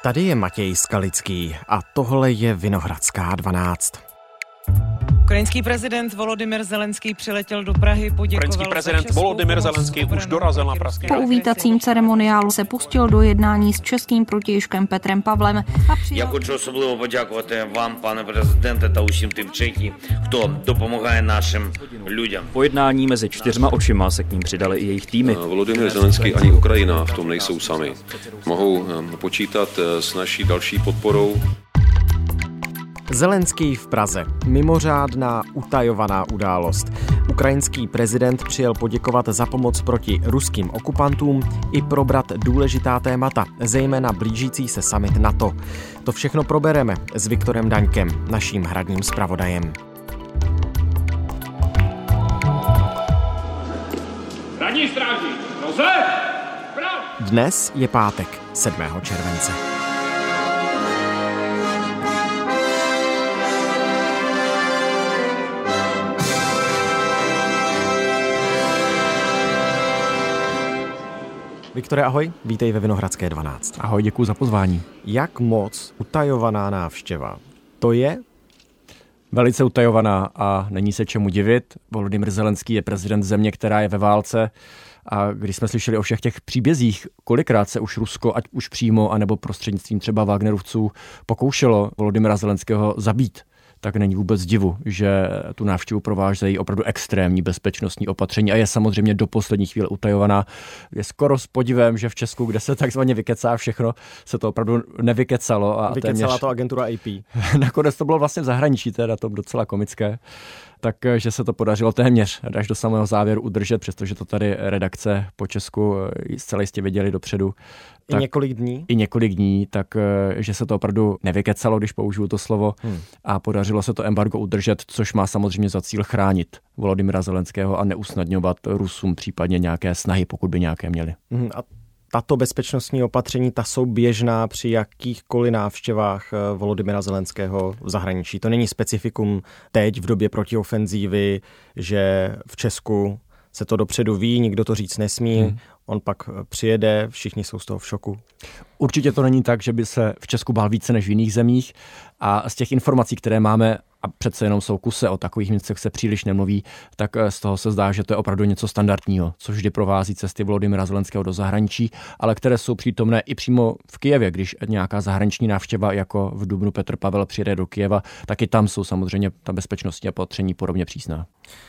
Tady je Matěj Skalický a tohle je Vinohradská 12. Ukrajinský prezident Volodymyr Zelenský přiletěl do Prahy, poděkoval. Ukrajinský prezident Volodymyr Zelenský už dorazil na pražský. Po uvítacím ceremoniálu se pustil do jednání s českým protějškem Petrem Pavlem. Já хочу особливо подякувати vám, pane prezidente, ta усім тим Чехії, хто допомагає našim lidem. Po jednání mezi 4 očima se k ním přidali i jejich týmy. Volodymyr Zelenský ani Ukrajina v tom nejsou sami. Mohou počítat s naší další podporou. Zelenský v Praze. Mimořádná utajovaná událost. Ukrajinský prezident přijel poděkovat za pomoc proti ruským okupantům i probrat důležitá témata, zejména blížící se summit NATO. To všechno probereme s Viktorem Daňkem, naším hradním zpravodajem. Hradní stráži, roze! Dnes je pátek, 7. července. Viktore, ahoj, vítej ve Vinohradské 12. Ahoj, děkuji za pozvání. Jak moc utajovaná návštěva to je? Velice utajovaná a není se čemu divit. Volodymyr Zelenský je prezident země, která je ve válce. A když jsme slyšeli o všech těch příbězích, kolikrát se už Rusko, ať už přímo, anebo prostřednictvím třeba Wagnerovců, pokoušelo Volodymyra Zelenského zabít, tak není vůbec divu, že tu návštěvu provázejí opravdu extrémní bezpečnostní opatření a je samozřejmě do poslední chvíle utajovaná. Je skoro s podivem, že v Česku, kde se takzvaně vykecá všechno, se to opravdu nevykecalo. A vykecala to agentura AP. Nakonec to bylo vlastně v zahraničí, teda to docela komické. Takže se to podařilo téměř až do samého závěru udržet, přestože to tady redakce po Česku zcela jistě věděli dopředu. I několik dní, takže se to opravdu nevykecalo, když použiju to slovo, a podařilo se to embargo udržet, což má samozřejmě za cíl chránit Volodymyra Zelenského a neusnadňovat Rusům případně nějaké snahy, pokud by nějaké měli. A tato bezpečnostní opatření, ta jsou běžná při jakýchkoliv návštěvách Volodymyra Zelenského v zahraničí. To není specifikum teď v době protiofenzívy, že v Česku se to dopředu ví, nikdo to říct nesmí, on pak přijede, všichni jsou z toho v šoku. Určitě to není tak, že by se v Česku bál více než v jiných zemích a z těch informací, které máme, a přece jenom jsou kuse, o takových městech se příliš nemluví, tak z toho se zdá, že to je opravdu něco standardního, což vždy provází cesty Volodymyra Zelenského do zahraničí, ale které jsou přítomné i přímo v Kyjevě, když nějaká zahraniční návštěva, jako v dubnu Petr Pavel přijede do Kyjeva, tak i tam jsou samozřejmě ta bezpečnostní opatření podobně přísná.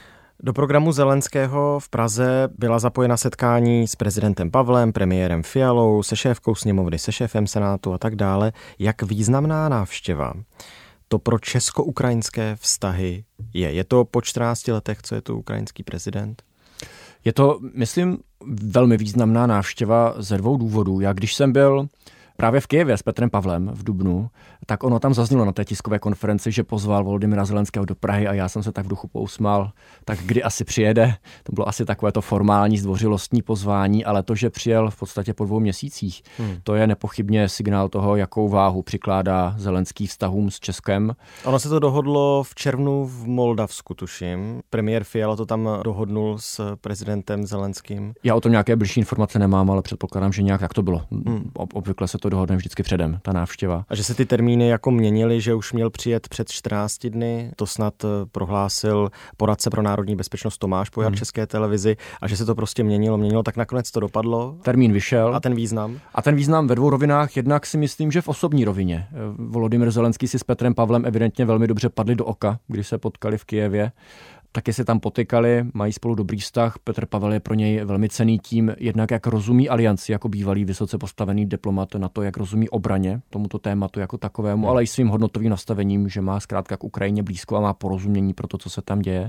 Do programu Zelenského v Praze byla zapojena setkání s prezidentem Pavlem, premiérem Fialou, se šéfkou sněmovny, se šéfem Senátu a tak dále. Jak významná návštěva to pro česko-ukrajinské vztahy je? Je to po 14 letech, co je tu ukrajinský prezident? Je to, myslím, velmi významná návštěva ze 2 důvodů. Já když jsem byl právě v Kyjevě s Petrem Pavlem v dubnu, tak ono tam zaznělo na té tiskové konferenci, že pozval Volodymyra Zelenského do Prahy a já jsem se tak v duchu pousmál, tak kdy asi přijede. To bylo asi takové to formální zdvořilostní pozvání, ale to, že přijel v podstatě po 2 měsících, to je nepochybně signál toho, jakou váhu přikládá Zelenský vztahům s Českem. Ono se to dohodlo v červnu v Moldavsku, tuším. Premiér Fiala to tam dohodnul s prezidentem Zelenským. Já o tom nějaké bližší informace nemám, ale předpokládám, že nějak tak to bylo. Obvykle se to dohodne vždycky předem, ta návštěva. A že se ty termíny jako měnily, že už měl přijet před 14 dny, to snad prohlásil poradce pro národní bezpečnost Tomáš Pojar České televizi, a že se to prostě měnilo, tak nakonec to dopadlo. Termín vyšel. A ten význam? A ten význam ve 2 rovinách, jednak si myslím, že v osobní rovině. Volodymyr Zelenský si s Petrem Pavlem evidentně velmi dobře padli do oka, když se potkali v Kyjevě. Taky se tam potykali, mají spolu dobrý vztah. Petr Pavel je pro něj velmi cenný tím, jednak jak rozumí alianci jako bývalý vysoce postavený diplomat, na to, jak rozumí obraně tomuto tématu jako takovému, ale i svým hodnotovým nastavením, že má zkrátka k Ukrajině blízko a má porozumění pro to, co se tam děje.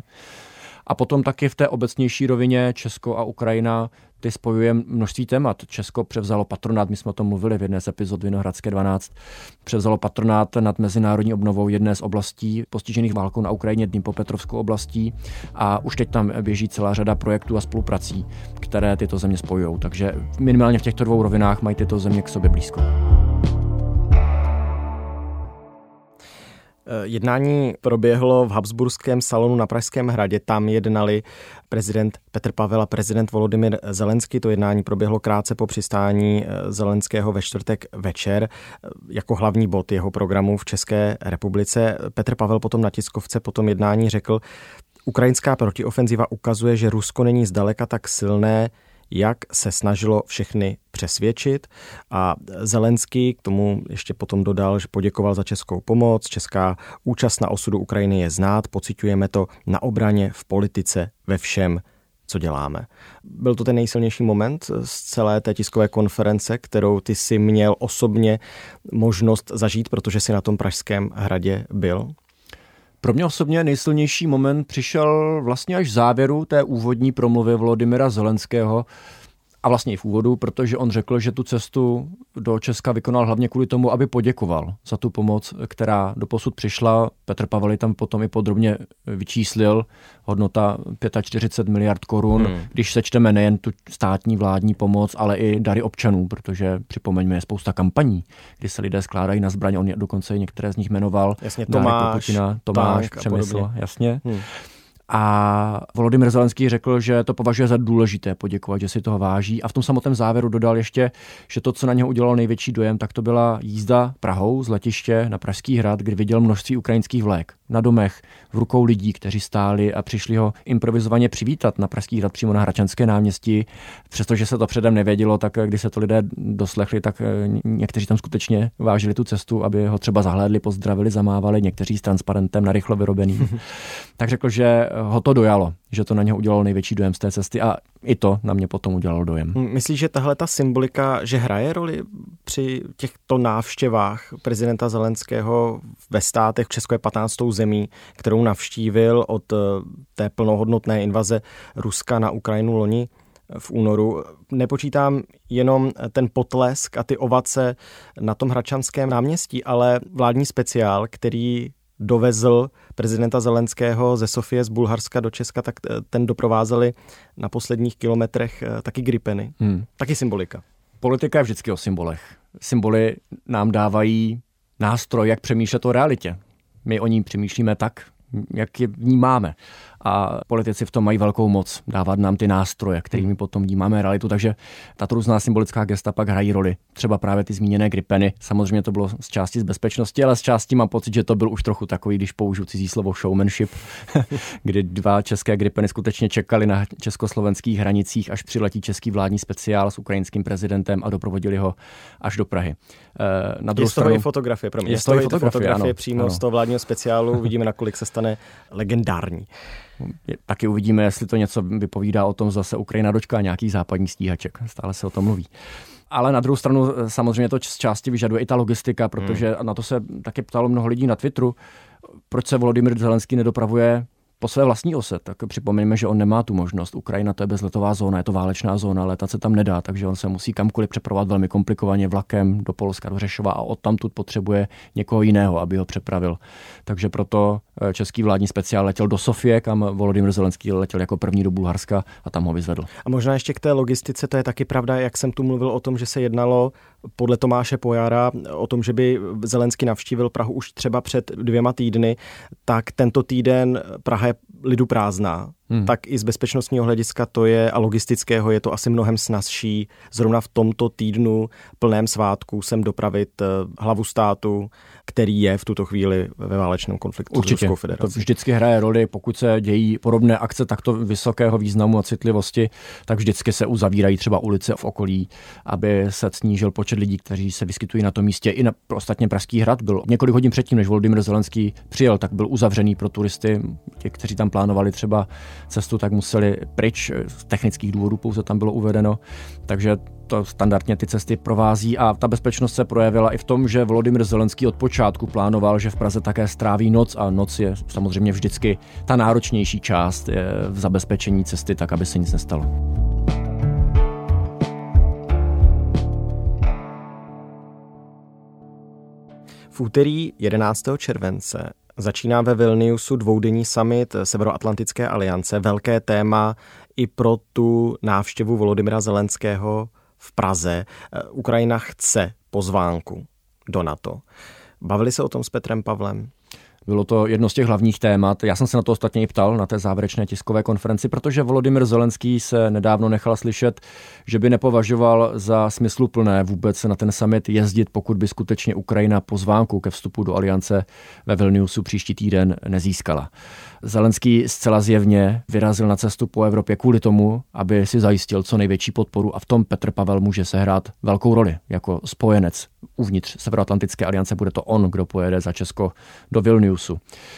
A potom taky v té obecnější rovině Česko a Ukrajina, ty spojuje množství témat. Česko převzalo patronát, my jsme o tom mluvili v jedné z epizod Vinohradské 12, převzalo patronát nad mezinárodní obnovou jedné z oblastí postižených válkou na Ukrajině, Dnipropetrovskou oblastí, a už teď tam běží celá řada projektů a spoluprací, které tyto země spojují. Takže minimálně v těchto 2 rovinách mají tyto země k sobě blízko. Jednání proběhlo v Habsburském salonu na Pražském hradě. Tam jednali prezident Petr Pavel a prezident Volodymyr Zelenský. To jednání proběhlo krátce po přistání Zelenského ve čtvrtek večer jako hlavní bod jeho programu v České republice. Petr Pavel potom na tiskovce po tom jednání řekl: Ukrajinská protiofenziva ukazuje, že Rusko není zdaleka tak silné, jak se snažilo všechny přesvědčit, a Zelenský k tomu ještě potom dodal, že poděkoval za českou pomoc. Česká účast na osudu Ukrajiny je znát, pociťujeme to na obraně, v politice, ve všem, co děláme. Byl to ten nejsilnější moment z celé té tiskové konference, kterou ty si měl osobně možnost zažít, protože si na tom Pražském hradě byl? Pro mě osobně nejsilnější moment přišel vlastně až v závěru té úvodní promluvy Volodymyra Zelenského, a vlastně i v úvodu, protože on řekl, že tu cestu do Česka vykonal hlavně kvůli tomu, aby poděkoval za tu pomoc, která doposud přišla. Petr Pavel tam potom i podrobně vyčíslil hodnota 45 miliard korun, když sečteme nejen tu státní vládní pomoc, ale i dary občanů, protože připomeňme, je spousta kampaní, kdy se lidé skládají na zbraň, on dokonce některé z nich jmenoval. Jasně, Tomáš Přemysl, jasně. A Volodymyr Zelenský řekl, že to považuje za důležité poděkovat, že si toho váží. A v tom samotném závěru dodal ještě, že to, co na něho udělalo největší dojem, tak to byla jízda Prahou z letiště na Pražský hrad, kdy viděl množství ukrajinských vlajek na domech, v rukou lidí, kteří stáli a přišli ho improvizovaně přivítat na Pražský hrad přímo na Hradčanské náměstí. Přestože se to předem nevědělo, tak když se to lidé doslechli, tak někteří tam skutečně vážili tu cestu, aby ho třeba zahlédli, pozdravili, zamávali, někteří s transparentem narychlo vyrobeným. Tak řekl, že ho to dojalo, že to na něho udělalo největší dojem z té cesty, a i to na mě potom udělalo dojem. Myslíš, že tahle ta symbolika, že hraje roli při těchto návštěvách prezidenta Zelenského ve státech? Česko je 15. zemí, kterou navštívil od té plnohodnotné invaze Ruska na Ukrajinu loni v únoru. Nepočítám jenom ten potlesk a ty ovace na tom Hradčanském náměstí, ale vládní speciál, který dovezl prezidenta Zelenského ze Sofie z Bulharska do Česka, tak ten doprovázeli na posledních kilometrech taky gripeny. Taky symbolika. Politika je vždycky o symbolech. Symboly nám dávají nástroj, jak přemýšlet o realitě. My o ní přemýšlíme tak, jak je vnímáme. A politici v tom mají velkou moc dávat nám ty nástroje, kterými potom vnímáme realitu, takže tato různá symbolická gesta pak hrají roli. Třeba právě ty zmíněné gripeny. Samozřejmě to bylo z části z bezpečnosti, ale z části mám pocit, že to byl už trochu takový, když použiju cizí slovo showmanship, kdy 2 české gripeny skutečně čekali na československých hranicích, až přiletí český vládní speciál s ukrajinským prezidentem a doprovodili ho až do Prahy. Na druhou stranu, je to i fotografie přímo z toho vládního speciálu. Vidíme, nakolik se stane legendární. Taky uvidíme, jestli to něco vypovídá o tom, zase Ukrajina dočká nějakých západních stíhaček. Stále se o tom mluví. Ale na druhou stranu samozřejmě to z části vyžaduje i ta logistika, protože na to se taky ptalo mnoho lidí na Twitteru, proč se Volodymyr Zelenský nedopravuje po své vlastní ose. Tak připomeňme, že on nemá tu možnost. Ukrajina, to je bezletová zóna, je to válečná zóna, letat se tam nedá, takže on se musí kamkoliv přepravovat velmi komplikovaně vlakem do Polska, do Řešova, a odtamtud potřebuje někoho jiného, aby ho přepravil. Takže proto český vládní speciál letěl do Sofie, kam Volodymyr Zelenský letěl jako první do Bulharska a tam ho vyzvedl. A možná ještě k té logistice, to je taky pravda, jak jsem tu mluvil o tom, že se jednalo podle Tomáše Pojara o tom, že by Zelenský navštívil Prahu už třeba před 2 týdny, tak tento týden Praha je lidu prázdná. Tak i z bezpečnostního hlediska to je, a logistického je to asi mnohem snazší zrovna v tomto týdnu plném svátku sem dopravit hlavu státu, který je v tuto chvíli ve válečném konfliktu s Ruskou federací. To vždycky hraje roli, pokud se dějí podobné akce takto vysokého významu a citlivosti, tak vždycky se uzavírají třeba ulice v okolí, aby se snížil počet lidí, kteří se vyskytují na tom místě. I na ostatně Pražský hrad byl několik hodin předtím, než Volodymyr Zelenský přijel, tak byl uzavřený pro turisty. Ti, kteří tam plánovali třeba cestu, tak museli pryč, z technických důvodů pouze tam bylo uvedeno, takže to standardně ty cesty provází, a ta bezpečnost se projevila i v tom, že Volodymyr Zelenský od počátku plánoval, že v Praze také stráví noc, a noc je samozřejmě vždycky ta náročnější část v zabezpečení cesty, tak aby se nic nestalo. V úterý 11. července začíná ve Vilniusu 2denní summit Severoatlantické aliance. Velké téma i pro tu návštěvu Volodymyra Zelenského v Praze. Ukrajina chce pozvánku do NATO. Bavili se o tom s Petrem Pavlem? Bylo to jedno z těch hlavních témat. Já jsem se na to ostatně i ptal na té závěrečné tiskové konferenci, protože Volodymyr Zelenský se nedávno nechal slyšet, že by nepovažoval za smysluplné vůbec na ten summit jezdit, pokud by skutečně Ukrajina pozvánku ke vstupu do aliance ve Vilniusu příští týden nezískala. Zelenský zcela zjevně vyrazil na cestu po Evropě kvůli tomu, aby si zajistil co největší podporu a v tom Petr Pavel může sehrát velkou roli jako spojenec uvnitř Severoatlantické aliance. Bude to on, kdo pojede za Česko do Vilniusu.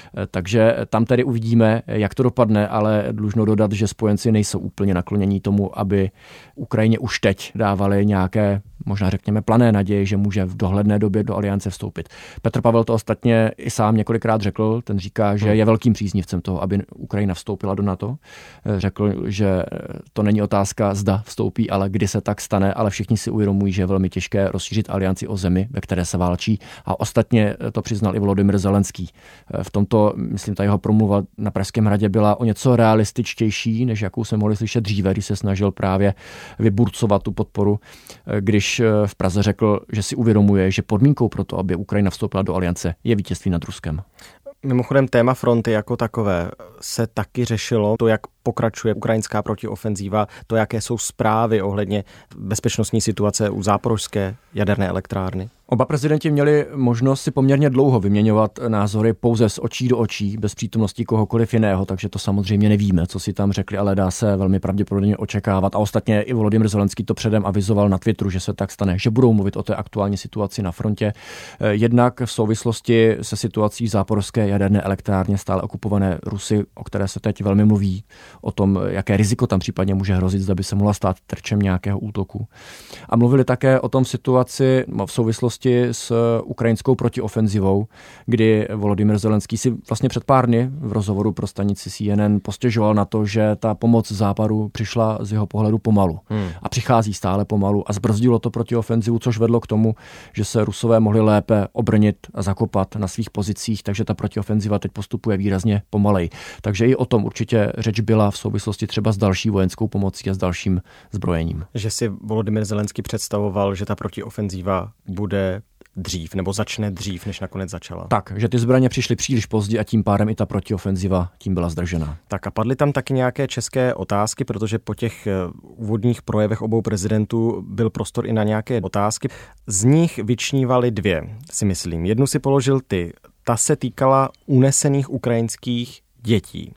Takže tam tedy uvidíme, jak to dopadne, ale dlužno dodat, že spojenci nejsou úplně naklonění tomu, aby Ukrajině už teď dávali nějaké, možná řekněme, plané naděje, že může v dohledné době do aliance vstoupit. Petr Pavel to ostatně i sám několikrát řekl. Ten říká, že je velkým příznivcem toho, aby Ukrajina vstoupila do NATO. Řekl, že to není otázka, zda vstoupí, ale kdy se tak stane, ale všichni si uvědomují, že je velmi těžké rozšířit alianci o zemi, ve které se válčí. A ostatně to přiznal i Volodymyr Zelenský. V tomto, myslím, ta jeho promluva na Pražském hradě byla o něco realističtější, než jakou jsme mohli slyšet dříve, když se snažil právě vyburcovat tu podporu, když v Praze řekl, že si uvědomuje, že podmínkou pro to, aby Ukrajina vstoupila do aliance, je vítězství nad Ruskem. Mimochodem téma fronty jako takové se taky řešilo, to, jak pokračuje ukrajinská protiofenzíva, to, jaké jsou zprávy ohledně bezpečnostní situace u záporožské jaderné elektrárny. Oba prezidenti měli možnost si poměrně dlouho vyměňovat názory pouze z očí do očí, bez přítomnosti kohokoliv jiného, takže to samozřejmě nevíme, co si tam řekli, ale dá se velmi pravděpodobně očekávat. A ostatně i Volodymyr Zelenský to předem avizoval na Twitteru, že se tak stane, že budou mluvit o té aktuální situaci na frontě. Jednak v souvislosti se situací v záporožské jaderné elektrárně stále okupované Rusy, o které se teď velmi mluví, o tom, jaké riziko tam případně může hrozit, zda by se mohla stát terčem nějakého útoku. A mluvili také o tom situaci v souvislosti s ukrajinskou protiofenzivou, kdy Volodymyr Zelenský si vlastně před pár dny v rozhovoru pro stanici CNN postěžoval na to, že ta pomoc západu přišla z jeho pohledu pomalu a přichází stále pomalu a zbrzdilo to protiofenzivu, což vedlo k tomu, že se Rusové mohli lépe obrnit a zakopat na svých pozicích, takže ta protiofenziva teď postupuje výrazně pomalej. Takže i o tom určitě řeč byla v souvislosti třeba s další vojenskou pomocí a s dalším zbrojením. Že si Volodymyr Zelenský představoval, že ta protiofenzíva bude dřív, nebo začne dřív, než nakonec začala. Tak, že ty zbraně přišly příliš pozdě a tím pádem i ta protiofenziva tím byla zdržena. Tak a padly tam taky nějaké české otázky, protože po těch úvodních projevech obou prezidentů byl prostor i na nějaké otázky. Z nich vyčnívaly dvě, si myslím. Jednu si položil ty. Ta se týkala unesených ukrajinských dětí.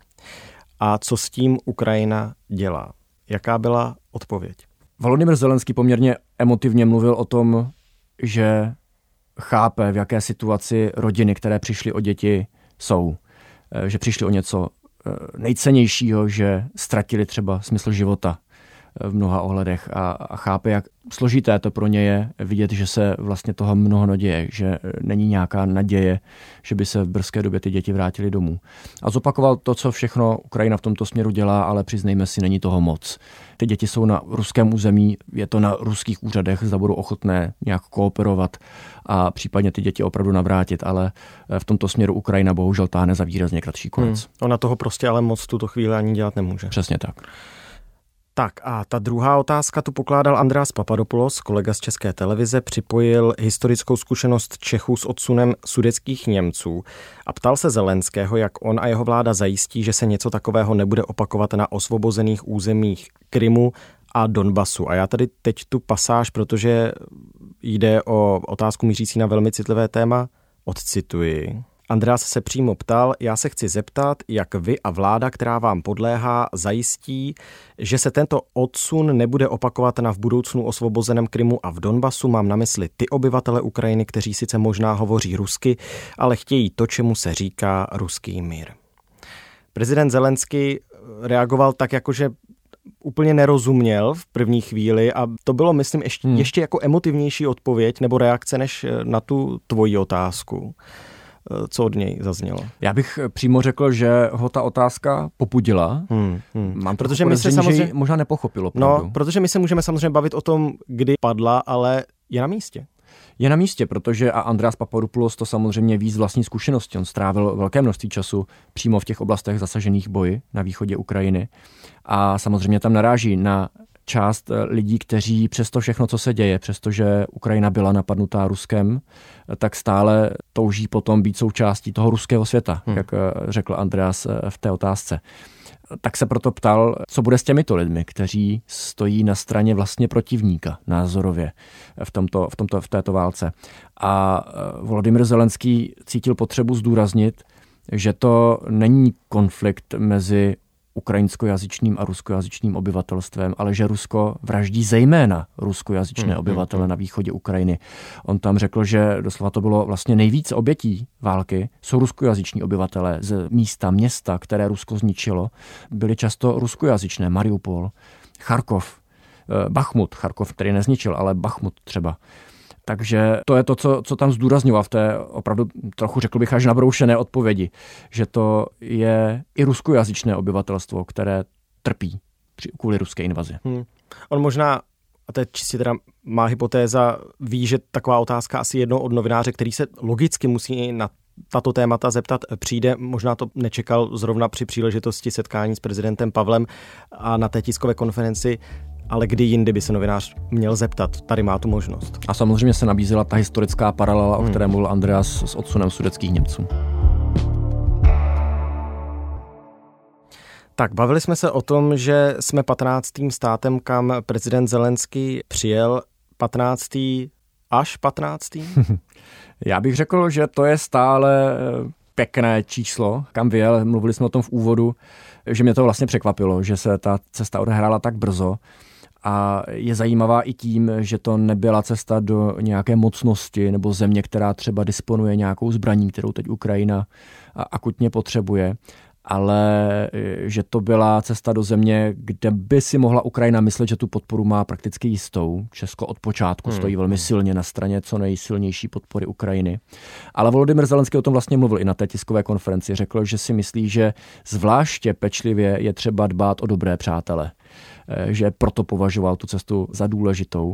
A co s tím Ukrajina dělá? Jaká byla odpověď? Volodymyr Zelenský poměrně emotivně mluvil o tom, že chápe, v jaké situaci rodiny, které přišly o děti, jsou. Že přišly o něco nejcennějšího, že ztratili třeba smysl života v mnoha ohledech a chápe, jak složité to pro ně je vidět, že se vlastně toho mnoho neděje, že není nějaká naděje, že by se v brzké době ty děti vrátily domů. A zopakoval to, co všechno Ukrajina v tomto směru dělá, ale přiznejme si, není toho moc. Ty děti jsou na ruském území, je to na ruských úřadech, zda budou ochotné nějak kooperovat a případně ty děti opravdu navrátit, ale v tomto směru Ukrajina bohužel táhne za výrazně kratší konec. Ona toho prostě ale moc v tuto chvíli ani dělat nemůže. Přesně tak. Tak a ta druhá otázka tu pokládal Andreas Papadopoulos, kolega z České televize, připojil historickou zkušenost Čechů s odsunem sudetských Němců a ptal se Zelenského, jak on a jeho vláda zajistí, že se něco takového nebude opakovat na osvobozených územích Krymu a Donbasu. A já tady teď tu pasáž, protože jde o otázku mířící na velmi citlivé téma, odcituji. Andreas se přímo ptal, já se chci zeptat, jak vy a vláda, která vám podléhá, zajistí, že se tento odsun nebude opakovat na v budoucnu osvobozeném Krymu a v Donbasu. Mám na mysli ty obyvatele Ukrajiny, kteří sice možná hovoří rusky, ale chtějí to, čemu se říká ruský mír. Prezident Zelenský reagoval tak, jakože úplně nerozuměl v první chvíli a to bylo, myslím, ještě jako emotivnější odpověď nebo reakce než na tu tvoji otázku. Co od něj zaznělo? Já bych přímo řekl, že ho ta otázka popudila. Mám protože my se samozřejmě možná nepochopilo. No, protože my se můžeme samozřejmě bavit o tom, kdy padla, ale je na místě. Je na místě, protože a Andreas Papadopoulos to samozřejmě ví z vlastní zkušenosti. On strávil velké množství času přímo v těch oblastech zasažených boji na východě Ukrajiny a samozřejmě tam naráží na část lidí, kteří přesto všechno, co se děje, přestože Ukrajina byla napadnutá Ruskem, tak stále touží potom být součástí toho ruského světa, jak řekl Andreas v té otázce. Tak se proto ptal, co bude s těmito lidmi, kteří stojí na straně vlastně protivníka názorově v této válce. A Volodymyr Zelenský cítil potřebu zdůraznit, že to není konflikt mezi ukrajinskojazyčným a ruskojazyčným obyvatelstvem, ale že Rusko vraždí zejména ruskojazyčné obyvatele na východě Ukrajiny. On tam řekl, že doslova to bylo vlastně nejvíce obětí války, jsou ruskojazyční obyvatelé z města, které Rusko zničilo, byly často ruskojazyčné, Mariupol, Charkov, Bachmut, Charkov, který nezničil, ale Bachmut třeba. Takže to je to, co tam zdůrazňoval v té opravdu trochu, řekl bych, až nabroušené odpovědi, že to je i ruskojazyčné obyvatelstvo, které trpí kvůli ruské invazi. On možná, a to je čistě teda má hypotéza, ví, že taková otázka asi jednou od novináře, který se logicky musí na tato témata zeptat, přijde, možná to nečekal zrovna při příležitosti setkání s prezidentem Pavlem a na té tiskové konferenci, ale kdy jindy by se novinář měl zeptat. Tady má tu možnost. A samozřejmě se nabízela ta historická paralela, o které mluvil Andreas s odsunem sudetských Němců. Tak, bavili jsme se o tom, že jsme 15. státem, kam prezident Zelenský přijel. 15. až 15. Já bych řekl, že to je stále pěkné číslo, kam vyjel. Mluvili jsme o tom v úvodu, že mě to vlastně překvapilo, že se ta cesta odehrála tak brzo. A je zajímavá i tím, že to nebyla cesta do nějaké mocnosti nebo země, která třeba disponuje nějakou zbraní, kterou teď Ukrajina akutně potřebuje, ale že to byla cesta do země, kde by si mohla Ukrajina myslet, že tu podporu má prakticky jistou. Česko od počátku stojí velmi silně na straně co nejsilnější podpory Ukrajiny. Ale Volodymyr Zelenský o tom vlastně mluvil i na té tiskové konferenci. Řekl, že si myslí, že zvláště pečlivě je třeba dbát o dobré přátele, že proto považoval tu cestu za důležitou.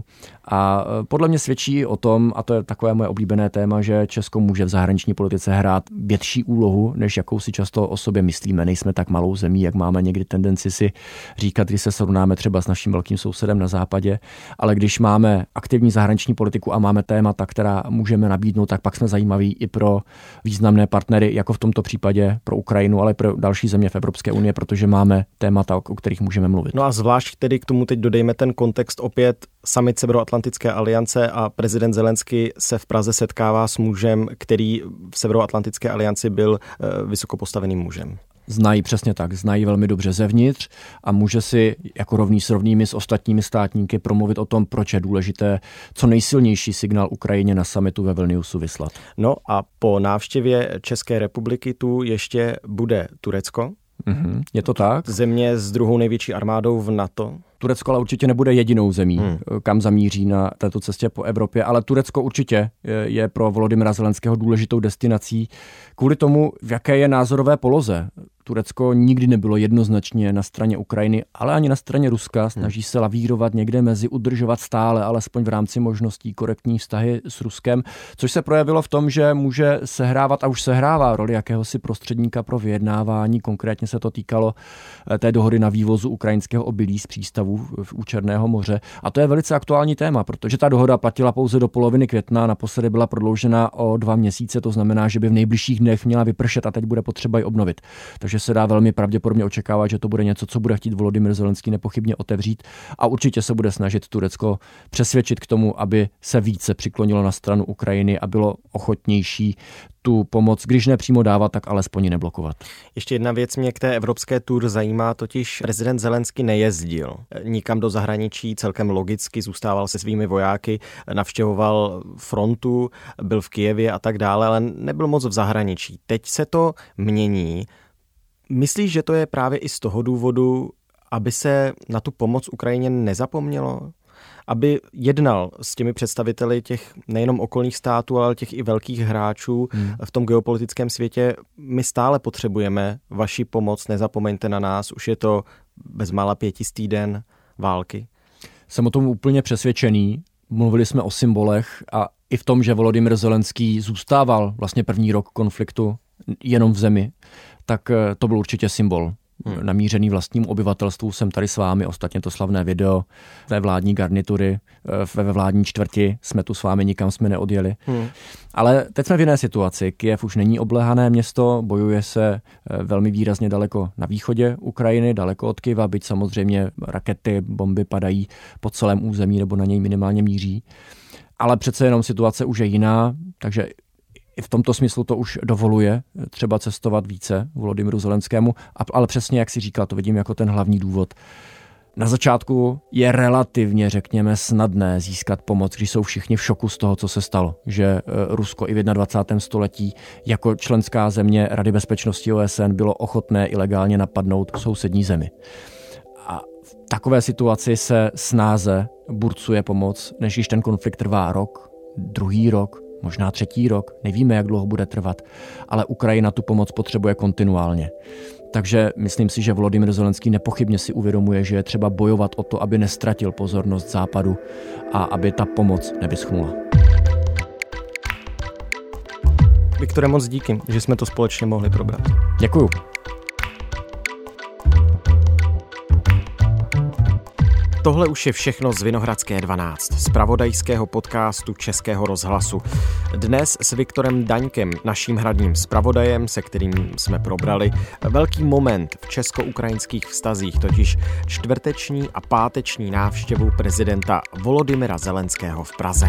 A podle mě svědčí o tom, a to je takové moje oblíbené téma, že Česko může v zahraniční politice hrát větší úlohu, než jakou si často o sobě myslíme. Nejsme tak malou zemí, jak máme někdy tendenci si říkat, když se srovnáme třeba s naším velkým sousedem na západě, ale když máme aktivní zahraniční politiku a máme témata, která můžeme nabídnout, tak pak jsme zajímaví i pro významné partnery, jako v tomto případě pro Ukrajinu, ale pro další země v Evropské unii, protože máme témata, o kterých můžeme mluvit. No a zvlášť tedy k tomu teď dodejme ten kontext opět summit Severoatlantické aliance a prezident Zelenský se v Praze setkává s mužem, který v Severoatlantické alianci byl vysoko postaveným mužem. Znají přesně tak, znají velmi dobře zevnitř a může si jako rovný s rovnými s ostatními státníky promluvit o tom, proč je důležité co nejsilnější signál Ukrajině na summitu ve Vilniusu vyslat. No a po návštěvě České republiky tu ještě bude Turecko. Je to tak? Země s druhou největší armádou v NATO. Turecko ale určitě nebude jedinou zemí, kam zamíří na této cestě po Evropě, ale Turecko určitě je pro Volodymyra Zelenského důležitou destinací kvůli tomu, v jaké je názorové poloze. Turecko nikdy nebylo jednoznačně na straně Ukrajiny, ale ani na straně Ruska. Snaží se lavírovat někde mezi, udržovat stále, alespoň v rámci možností korektní vztahy s Ruskem, což se projevilo v tom, že může sehrávat a už sehrává roli jakéhosi prostředníka pro vyjednávání. Konkrétně se to týkalo té dohody na vývozu ukrajinského obilí z přístavů u Černého moře. A to je velice aktuální téma, protože ta dohoda platila pouze do poloviny května, naposledy byla prodloužena o 2 měsíce, to znamená, že by v nejbližších dnech měla vypršet a teď bude potřeba ji obnovit. Takže se dá velmi pravděpodobně očekávat, že to bude něco, co bude chtít Volodymyr Zelenský nepochybně otevřít a určitě se bude snažit Turecko přesvědčit k tomu, aby se více přiklonilo na stranu Ukrajiny a bylo ochotnější tu pomoc, když ne přímo dávat, tak alespoň neblokovat. Ještě jedna věc mě k té evropské tour zajímá, totiž prezident Zelenský nejezdil nikam do zahraničí, celkem logicky zůstával se svými vojáky, navštěvoval frontu, byl v Kyjevě a tak dále, ale nebyl moc v zahraničí. Teď se to mění. Myslíš, že to je právě i z toho důvodu, aby se na tu pomoc Ukrajině nezapomnělo? Aby jednal s těmi představiteli těch nejenom okolních států, ale těch i velkých hráčů v tom geopolitickém světě. My stále potřebujeme vaši pomoc, nezapomeňte na nás, už je to bezmála 500. den války. Jsem o tom úplně přesvědčený. Mluvili jsme o symbolech a i v tom, že Volodymyr Zelenský zůstával vlastně první rok konfliktu jenom v zemi, tak to byl určitě symbol. namířený vlastnímu obyvatelstvu. Jsem tady s vámi, ostatně to slavné video ve vládní garnitury, ve vládní čtvrti, jsme tu s vámi, nikam jsme neodjeli. Ale teď jsme v jiné situaci. Kyjev už není obléhané město, bojuje se velmi výrazně daleko na východě Ukrajiny, daleko od Kyjeva, byť samozřejmě rakety, bomby padají po celém území nebo na něj minimálně míří. Ale přece jenom situace už je jiná, takže i v tomto smyslu to už dovoluje třeba cestovat více Volodymyru Zelenskému, ale přesně jak si říkal, to vidím jako ten hlavní důvod. Na začátku je relativně, řekněme, snadné získat pomoc, když jsou všichni v šoku z toho, co se stalo. Že Rusko i v 21. století jako členská země Rady bezpečnosti OSN bylo ochotné ilegálně napadnout sousední zemi. A v takové situaci se snáze burcuje pomoc, než když ten konflikt trvá rok, druhý rok, možná třetí rok, nevíme, jak dlouho bude trvat, ale Ukrajina tu pomoc potřebuje kontinuálně. Takže myslím si, že Volodymyr Zelenský nepochybně si uvědomuje, že je třeba bojovat o to, aby nestratil pozornost Západu a aby ta pomoc nevyschnula. Viktore, moc díky, že jsme to společně mohli probrat. Děkuju. Tohle už je všechno z Vinohradské 12, z zpravodajského podcastu Českého rozhlasu. Dnes s Viktorem Daňkem, naším hradním zpravodajem, se kterým jsme probrali velký moment v česko-ukrajinských vztazích, totiž čtvrteční a páteční návštěvu prezidenta Volodymyra Zelenského v Praze.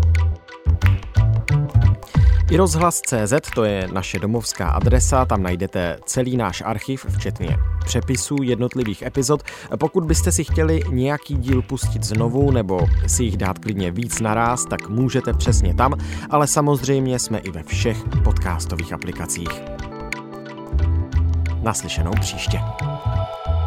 I rozhlas.cz, to je naše domovská adresa, tam najdete celý náš archiv, včetně přepisů jednotlivých epizod. Pokud byste si chtěli nějaký díl pustit znovu nebo si jich dát klidně víc naráz, tak můžete přesně tam, ale samozřejmě jsme i ve všech podcastových aplikacích. Naslyšenou příště.